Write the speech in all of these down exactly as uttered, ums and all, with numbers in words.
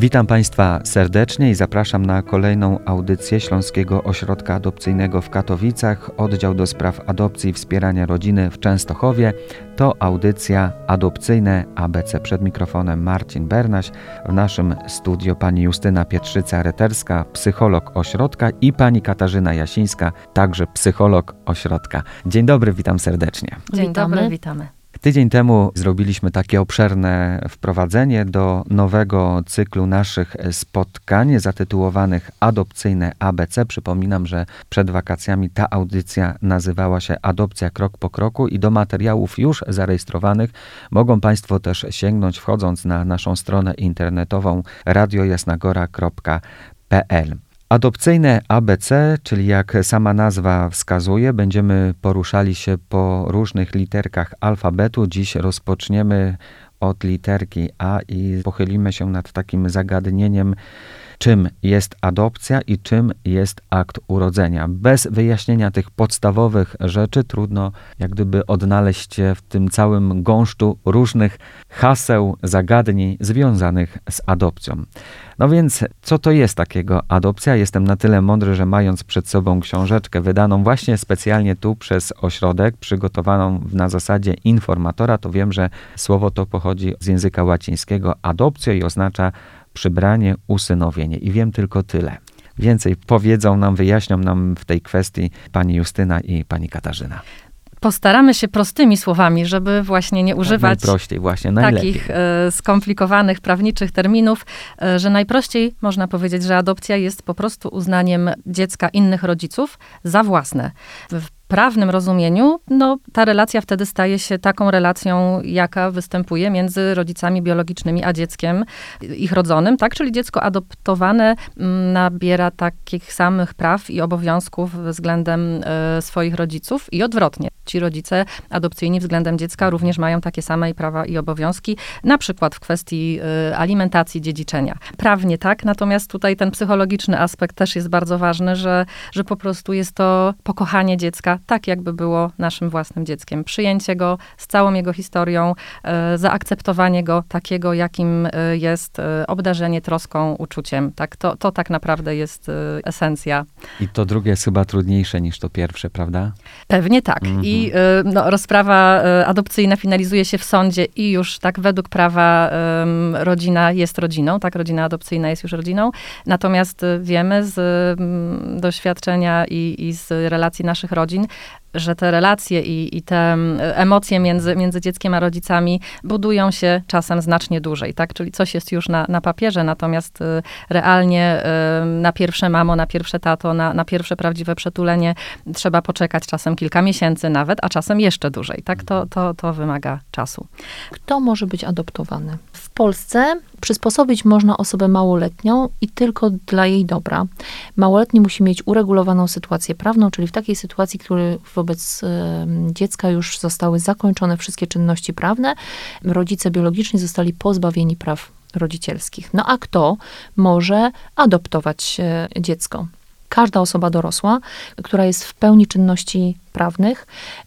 Witam Państwa serdecznie i zapraszam na kolejną audycję Śląskiego Ośrodka Adopcyjnego w Katowicach, Oddział do Spraw Adopcji i Wspierania Rodziny w Częstochowie. To audycja Adopcyjne A B C. Przed mikrofonem Marcin Bernaś, w naszym studio pani Justyna Pietrzyca-Reterska, psycholog ośrodka, i pani Katarzyna Jasińska, także psycholog ośrodka. Dzień dobry, witam serdecznie. Dzień Witamy. dobry, witamy. Tydzień temu zrobiliśmy takie obszerne wprowadzenie do nowego cyklu naszych spotkań zatytułowanych Adopcyjne A B C. Przypominam, że przed wakacjami ta audycja nazywała się Adopcja krok po kroku i do materiałów już zarejestrowanych mogą Państwo też sięgnąć, wchodząc na naszą stronę internetową radio jasna gora kropka p l. Adopcyjne A B C, czyli jak sama nazwa wskazuje, będziemy poruszali się po różnych literkach alfabetu. Dziś rozpoczniemy od literki A i pochylimy się nad takim zagadnieniem, czym jest adopcja i czym jest akt urodzenia. Bez wyjaśnienia tych podstawowych rzeczy trudno jak gdyby odnaleźć się w tym całym gąszczu różnych haseł, zagadnień związanych z adopcją. No więc, co to jest takiego adopcja? Jestem na tyle mądry, że mając przed sobą książeczkę wydaną właśnie specjalnie tu przez ośrodek, przygotowaną na zasadzie informatora, to wiem, że słowo to pochodzi z języka łacińskiego adopcja i oznacza przybranie, usynowienie. I wiem tylko tyle. Więcej powiedzą nam, wyjaśnią nam w tej kwestii pani Justyna i pani Katarzyna. Postaramy się prostymi słowami, żeby właśnie nie używać tak, najprościej, właśnie, najlepiej. takich e, skomplikowanych, prawniczych terminów, e, że najprościej można powiedzieć, że adopcja jest po prostu uznaniem dziecka innych rodziców za własne. W prawnym rozumieniu, no, ta relacja wtedy staje się taką relacją, jaka występuje między rodzicami biologicznymi a dzieckiem ich rodzonym, tak? Czyli dziecko adoptowane m, nabiera takich samych praw i obowiązków względem e, swoich rodziców i odwrotnie. Ci rodzice adopcyjni względem dziecka również mają takie same prawa i obowiązki, na przykład w kwestii e, alimentacji, dziedziczenia. Prawnie tak, natomiast tutaj ten psychologiczny aspekt też jest bardzo ważny, że, że po prostu jest to pokochanie dziecka, tak jakby było naszym własnym dzieckiem. Przyjęcie go z całą jego historią, e, zaakceptowanie go takiego, jakim e, jest, e, obdarzenie troską, uczuciem. Tak? To, to tak naprawdę jest e, esencja. I to drugie jest chyba trudniejsze niż to pierwsze, prawda? Pewnie tak. Mhm. I e, no, rozprawa e, adopcyjna finalizuje się w sądzie i już tak według prawa e, rodzina jest rodziną, tak? Rodzina adopcyjna jest już rodziną. Natomiast e, wiemy z m, doświadczenia i, i z relacji naszych rodzin, że te relacje i, i te emocje między, między dzieckiem a rodzicami budują się czasem znacznie dłużej, tak? Czyli coś jest już na, na papierze, natomiast y, realnie y, na pierwsze mamo, na pierwsze tato, na, na pierwsze prawdziwe przytulenie trzeba poczekać czasem kilka miesięcy nawet, a czasem jeszcze dłużej, tak? To, to, to wymaga czasu. Kto może być adoptowany? W Polsce przysposobić można osobę małoletnią i tylko dla jej dobra. Małoletni musi mieć uregulowaną sytuację prawną, czyli w takiej sytuacji, który wobec y, dziecka już zostały zakończone wszystkie czynności prawne, rodzice biologiczni zostali pozbawieni praw rodzicielskich. No a kto może adoptować y, dziecko? Każda osoba dorosła, która jest w pełni czynności prawnych,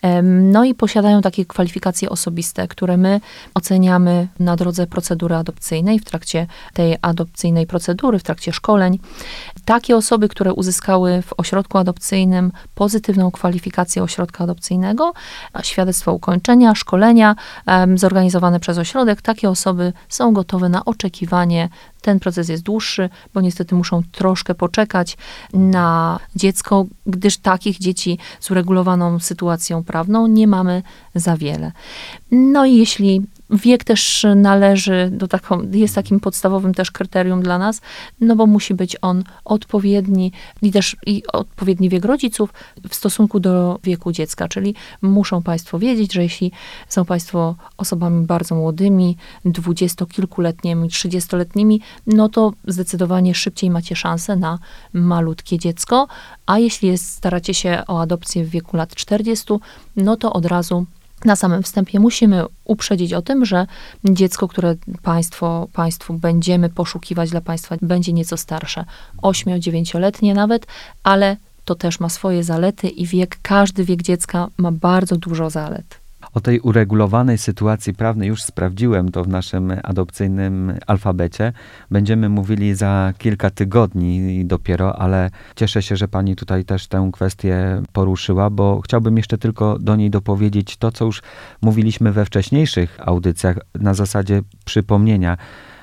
no i posiadają takie kwalifikacje osobiste, które my oceniamy na drodze procedury adopcyjnej, w trakcie tej adopcyjnej procedury, w trakcie szkoleń. Takie osoby, które uzyskały w ośrodku adopcyjnym pozytywną kwalifikację ośrodka adopcyjnego, świadectwo ukończenia, szkolenia zorganizowane przez ośrodek, takie osoby są gotowe na oczekiwanie. Ten proces jest dłuższy, bo niestety muszą troszkę poczekać na dziecko, gdyż takich dzieci z uregulowaną sytuacją prawną nie mamy za wiele. No i jeśli wiek też należy do taką, jest takim podstawowym też kryterium dla nas, no bo musi być on odpowiedni i też i odpowiedni wiek rodziców w stosunku do wieku dziecka, czyli muszą Państwo wiedzieć, że jeśli są Państwo osobami bardzo młodymi, dwudziestokilkuletnimi, trzydziestoletnimi, no to zdecydowanie szybciej macie szansę na malutkie dziecko, a jeśli jest, staracie się o adopcję w wieku lat czterdziestu, no to od razu na samym wstępie musimy uprzedzić o tym, że dziecko, które państwo, państwu będziemy poszukiwać dla Państwa, będzie nieco starsze, ośmio-dziewięcioletnie nawet, ale to też ma swoje zalety i wiek, każdy wiek dziecka ma bardzo dużo zalet. O tej uregulowanej sytuacji prawnej już sprawdziłem to w naszym adopcyjnym alfabecie. Będziemy mówili za kilka tygodni dopiero, ale cieszę się, że pani tutaj też tę kwestię poruszyła, bo chciałbym jeszcze tylko do niej dopowiedzieć to, co już mówiliśmy we wcześniejszych audycjach na zasadzie przypomnienia,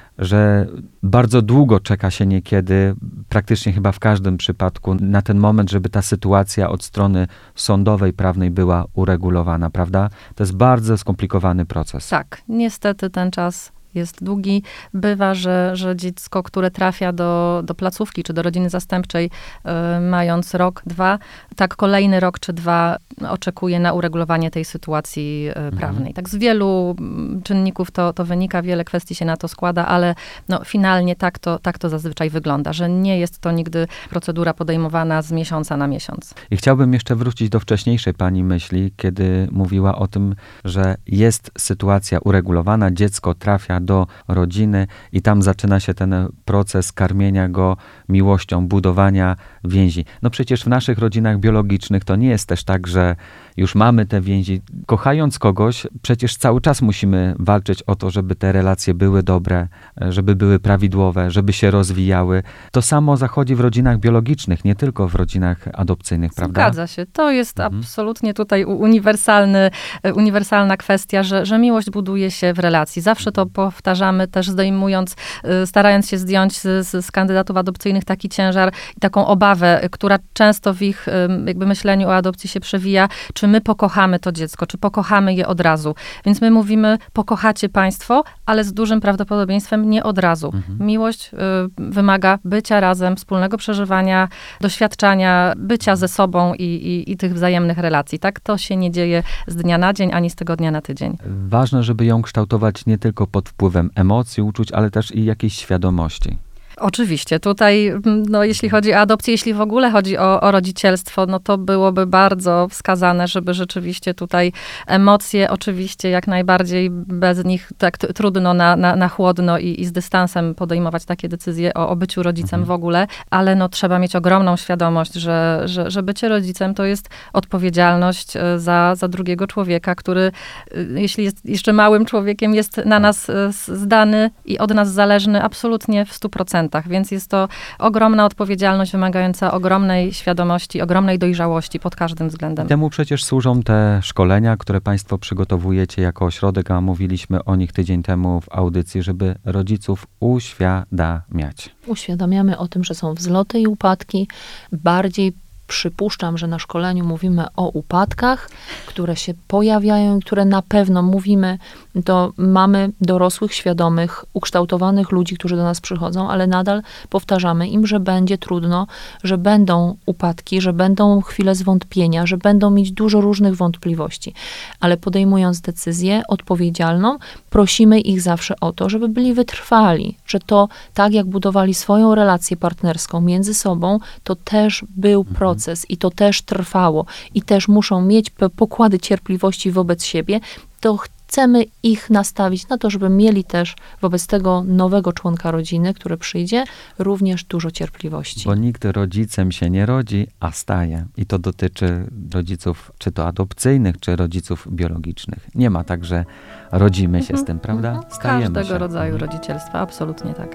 że bardzo długo czeka się niekiedy, praktycznie chyba w każdym przypadku, na ten moment, żeby ta sytuacja od strony sądowej, prawnej była uregulowana, prawda? To jest bardzo skomplikowany proces. Tak, niestety ten czas jest długi. Bywa, że, że dziecko, które trafia do, do placówki czy do rodziny zastępczej, y, mając rok, dwa, tak kolejny rok czy dwa oczekuje na uregulowanie tej sytuacji y, mhm. prawnej. Tak z wielu czynników to, to wynika, wiele kwestii się na to składa, ale no, finalnie tak to, tak to zazwyczaj wygląda, że nie jest to nigdy procedura podejmowana z miesiąca na miesiąc. I chciałbym jeszcze wrócić do wcześniejszej pani myśli, kiedy mówiła o tym, że jest sytuacja uregulowana, dziecko trafia do rodziny i tam zaczyna się ten proces karmienia go miłością, budowania więzi. No przecież w naszych rodzinach biologicznych to nie jest też tak, że już mamy te więzi. Kochając kogoś, przecież cały czas musimy walczyć o to, żeby te relacje były dobre, żeby były prawidłowe, żeby się rozwijały. To samo zachodzi w rodzinach biologicznych, nie tylko w rodzinach adopcyjnych, prawda? Zgadza się. To jest mhm. absolutnie tutaj uniwersalny, uniwersalna kwestia, że, że miłość buduje się w relacji. Zawsze to powtarzamy, też zdejmując, starając się zdjąć z, z kandydatów adopcyjnych taki ciężar i taką obawę, która często w ich jakby myśleniu o adopcji się przewija, czy my pokochamy to dziecko, czy pokochamy je od razu. Więc my mówimy, pokochacie państwo, ale z dużym prawdopodobieństwem nie od razu. Mhm. Miłość y, wymaga bycia razem, wspólnego przeżywania, doświadczania, bycia ze sobą i, i, i tych wzajemnych relacji. Tak to się nie dzieje z dnia na dzień, ani z tygodnia na tydzień. Ważne, żeby ją kształtować nie tylko pod wpływem emocji, uczuć, ale też i jakiejś świadomości. Oczywiście. Tutaj, no, jeśli chodzi o adopcję, jeśli w ogóle chodzi o, o rodzicielstwo, no to byłoby bardzo wskazane, żeby rzeczywiście tutaj emocje, oczywiście jak najbardziej bez nich tak t- trudno na, na, na chłodno i, i z dystansem podejmować takie decyzje o, o byciu rodzicem mhm. w ogóle, ale no trzeba mieć ogromną świadomość, że, że, że bycie rodzicem to jest odpowiedzialność za, za drugiego człowieka, który jeśli jest jeszcze małym człowiekiem, jest na nas zdany i od nas zależny absolutnie w stu procentach. Więc jest to ogromna odpowiedzialność wymagająca ogromnej świadomości, ogromnej dojrzałości pod każdym względem. Temu przecież służą te szkolenia, które państwo przygotowujecie jako ośrodek, a mówiliśmy o nich tydzień temu w audycji, żeby rodziców uświadamiać. Uświadamiamy o tym, że są wzloty i upadki. Bardziej przypuszczam, że na szkoleniu mówimy o upadkach, które się pojawiają i które na pewno mówimy, to mamy dorosłych, świadomych, ukształtowanych ludzi, którzy do nas przychodzą, ale nadal powtarzamy im, że będzie trudno, że będą upadki, że będą chwile zwątpienia, że będą mieć dużo różnych wątpliwości. Ale podejmując decyzję odpowiedzialną, prosimy ich zawsze o to, żeby byli wytrwali, że to tak jak budowali swoją relację partnerską między sobą, to też był proces i to też trwało i też muszą mieć pokłady cierpliwości wobec siebie, to chcemy ich nastawić na to, żeby mieli też wobec tego nowego członka rodziny, który przyjdzie, również dużo cierpliwości. Bo nikt rodzicem się nie rodzi, a staje. I to dotyczy rodziców, czy to adopcyjnych, czy rodziców biologicznych. Nie ma tak, że rodzimy się z tym, prawda? Stajemy Każdego się. rodzaju rodzicielstwa, absolutnie tak.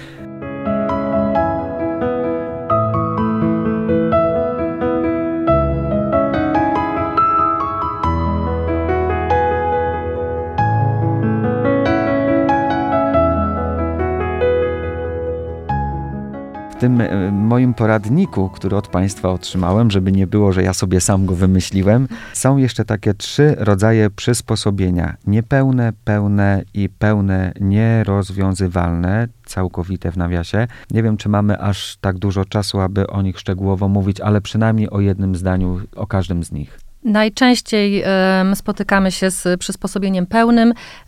W tym moim poradniku, który od państwa otrzymałem, żeby nie było, że ja sobie sam go wymyśliłem, są jeszcze takie trzy rodzaje przysposobienia. Niepełne, pełne i pełne nierozwiązywalne, całkowite w nawiasie. Nie wiem, czy mamy aż tak dużo czasu, aby o nich szczegółowo mówić, ale przynajmniej o jednym zdaniu, o każdym z nich. Najczęściej um, spotykamy się z przysposobieniem pełnym.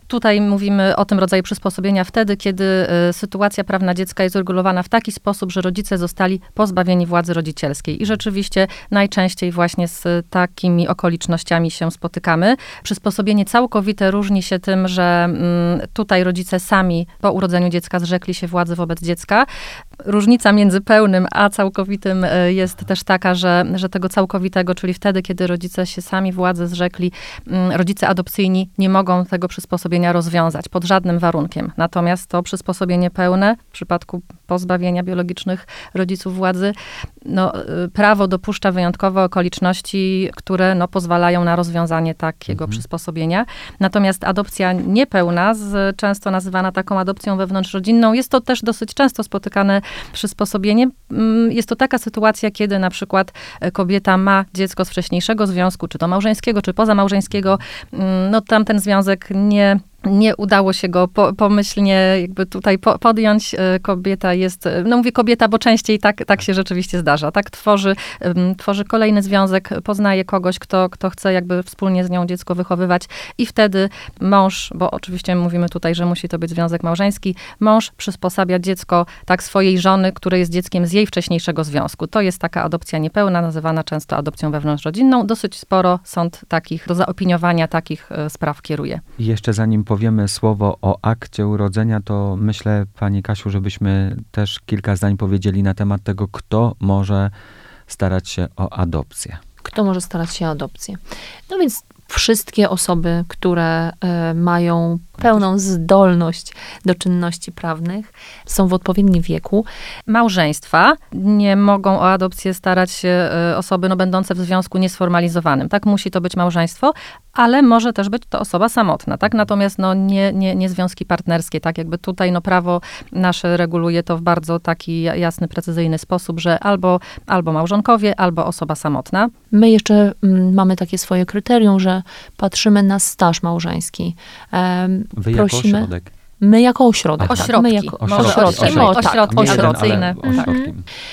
Tutaj mówimy o tym rodzaju przysposobienia wtedy, kiedy y, sytuacja prawna dziecka jest uregulowana w taki sposób, że rodzice zostali pozbawieni władzy rodzicielskiej. I rzeczywiście najczęściej właśnie z takimi okolicznościami się spotykamy. Przysposobienie całkowite różni się tym, że mm, tutaj rodzice sami po urodzeniu dziecka zrzekli się władzy wobec dziecka. Różnica między pełnym a całkowitym y, jest też taka, że, że tego całkowitego, czyli wtedy, kiedy rodzice się sami władzy zrzekli, y, rodzice adopcyjni nie mogą tego przysposobienia rozwiązać pod żadnym warunkiem. Natomiast to przysposobienie pełne w przypadku pozbawienia biologicznych rodziców władzy, no, prawo dopuszcza wyjątkowe okoliczności, które no, pozwalają na rozwiązanie takiego mhm. przysposobienia. Natomiast adopcja niepełna, z, często nazywana taką adopcją wewnątrzrodzinną, jest to też dosyć często spotykane przysposobienie. Jest to taka sytuacja, kiedy na przykład kobieta ma dziecko z wcześniejszego związku, czy to małżeńskiego, czy pozamałżeńskiego, no tamten związek nie Nie udało się go po, pomyślnie jakby tutaj po, podjąć. Kobieta jest, no mówię kobieta, bo częściej tak, tak się rzeczywiście zdarza, tak? Tworzy, um, tworzy kolejny związek, poznaje kogoś, kto, kto chce jakby wspólnie z nią dziecko wychowywać i wtedy mąż, bo oczywiście mówimy tutaj, że musi to być związek małżeński, mąż przysposabia dziecko tak swojej żony, które jest dzieckiem z jej wcześniejszego związku. To jest taka adopcja niepełna, nazywana często adopcją wewnątrzrodzinną. Dosyć sporo sąd takich, do zaopiniowania takich spraw kieruje. I jeszcze zanim powiemy słowo o akcie urodzenia, to myślę, pani Kasiu, żebyśmy też kilka zdań powiedzieli na temat tego, kto może starać się o adopcję. Kto może starać się o adopcję? No więc wszystkie osoby, które y, mają pełną zdolność do czynności prawnych, są w odpowiednim wieku. Małżeństwa nie mogą o adopcję starać się y, osoby no, będące w związku niesformalizowanym. Tak, musi to być małżeństwo, ale może też być to osoba samotna, tak? Natomiast no, nie, nie, nie związki partnerskie, tak? Jakby tutaj no, prawo nasze reguluje to w bardzo taki jasny, precyzyjny sposób, że albo, albo małżonkowie, albo osoba samotna. My jeszcze mm, mamy takie swoje kryterium, że patrzymy na staż małżeński. Um, Wy prosimy, jako ośrodek? My jako ośrodek. Ośrodki. Tak, my jako Może ośrodki. ośrodki, O, tak, ośrodki ośrodki. adopcyjne. Ośrodki.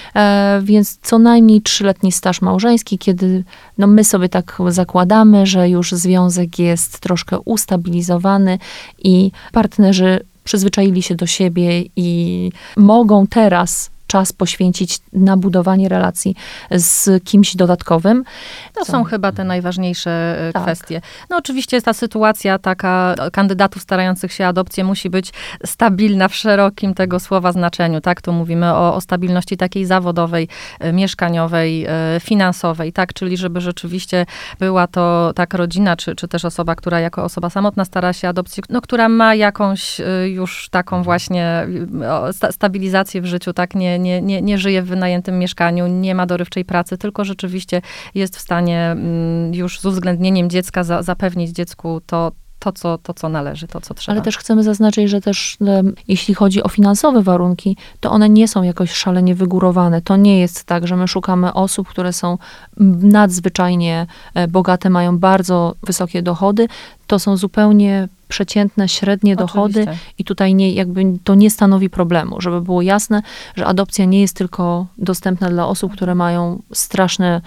E, więc co najmniej trzyletni staż małżeński, kiedy no my sobie tak zakładamy, że już związek jest troszkę ustabilizowany i partnerzy przyzwyczaili się do siebie i mogą teraz czas poświęcić na budowanie relacji z kimś dodatkowym. To Co? są chyba te najważniejsze Tak. kwestie. No oczywiście ta sytuacja taka kandydatów starających się o adopcję musi być stabilna w szerokim tego słowa znaczeniu, tak? Tu mówimy o, o stabilności takiej zawodowej, e, mieszkaniowej, e, finansowej, tak? Czyli żeby rzeczywiście była to tak rodzina, czy, czy też osoba, która jako osoba samotna stara się o adopcję, no która ma jakąś e, już taką właśnie o, sta, stabilizację w życiu, tak? Nie, nie, nie, nie żyje w wynajętym mieszkaniu, nie ma dorywczej pracy, tylko rzeczywiście jest w stanie już z uwzględnieniem dziecka za, zapewnić dziecku to, to co, to, co należy, to, co trzeba. Ale też chcemy zaznaczyć, że też e, jeśli chodzi o finansowe warunki, to one nie są jakoś szalenie wygórowane. To nie jest tak, że my szukamy osób, które są nadzwyczajnie bogate, mają bardzo wysokie dochody. To są zupełnie przeciętne, średnie dochody Oczywiście. i tutaj nie, jakby to nie stanowi problemu, żeby było jasne, że adopcja nie jest tylko dostępna dla osób, które mają straszne,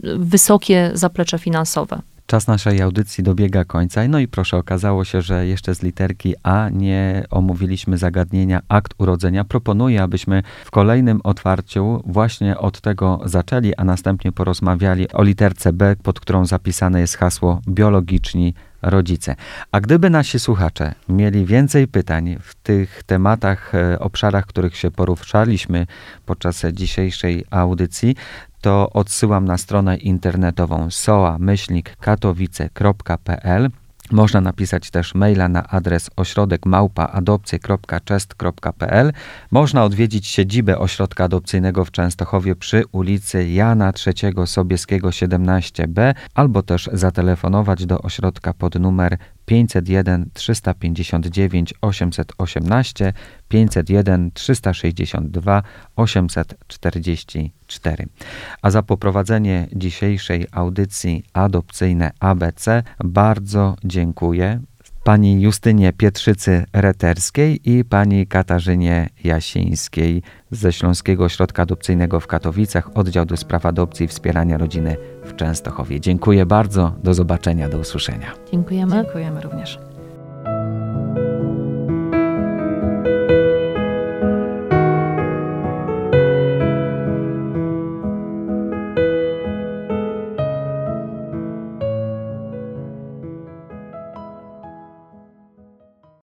wysokie zaplecze finansowe. Czas naszej audycji dobiega końca. No i proszę, okazało się, że jeszcze z literki A nie omówiliśmy zagadnienia akt urodzenia. Proponuję, abyśmy w kolejnym otwarciu właśnie od tego zaczęli, a następnie porozmawiali o literce B, pod którą zapisane jest hasło biologiczni rodzice. A gdyby nasi słuchacze mieli więcej pytań w tych tematach, obszarach, których się poruszaliśmy podczas dzisiejszej audycji, to odsyłam na stronę internetową soa myślnik katowice kropka p l. Można napisać też maila na adres ośrodek małpa adopcje kropka czest kropka p l. Można odwiedzić siedzibę Ośrodka Adopcyjnego w Częstochowie przy ulicy Jana trzeciego Sobieskiego siedemnaście b, albo też zatelefonować do ośrodka pod numer pięćset jeden trzysta pięćdziesiąt dziewięć osiemset osiemnaście, pięćset jeden trzysta sześćdziesiąt dwa osiemset czterdzieści cztery. A za poprowadzenie dzisiejszej audycji Adopcyjne A B C bardzo dziękuję pani Justynie Pietrzycy-Reterskiej i pani Katarzynie Jasińskiej ze Śląskiego Ośrodka Adopcyjnego w Katowicach, Oddział do Spraw Adopcji i Wspierania Rodziny w Częstochowie. Dziękuję bardzo, do zobaczenia, do usłyszenia. Dziękujemy. Dziękujemy również.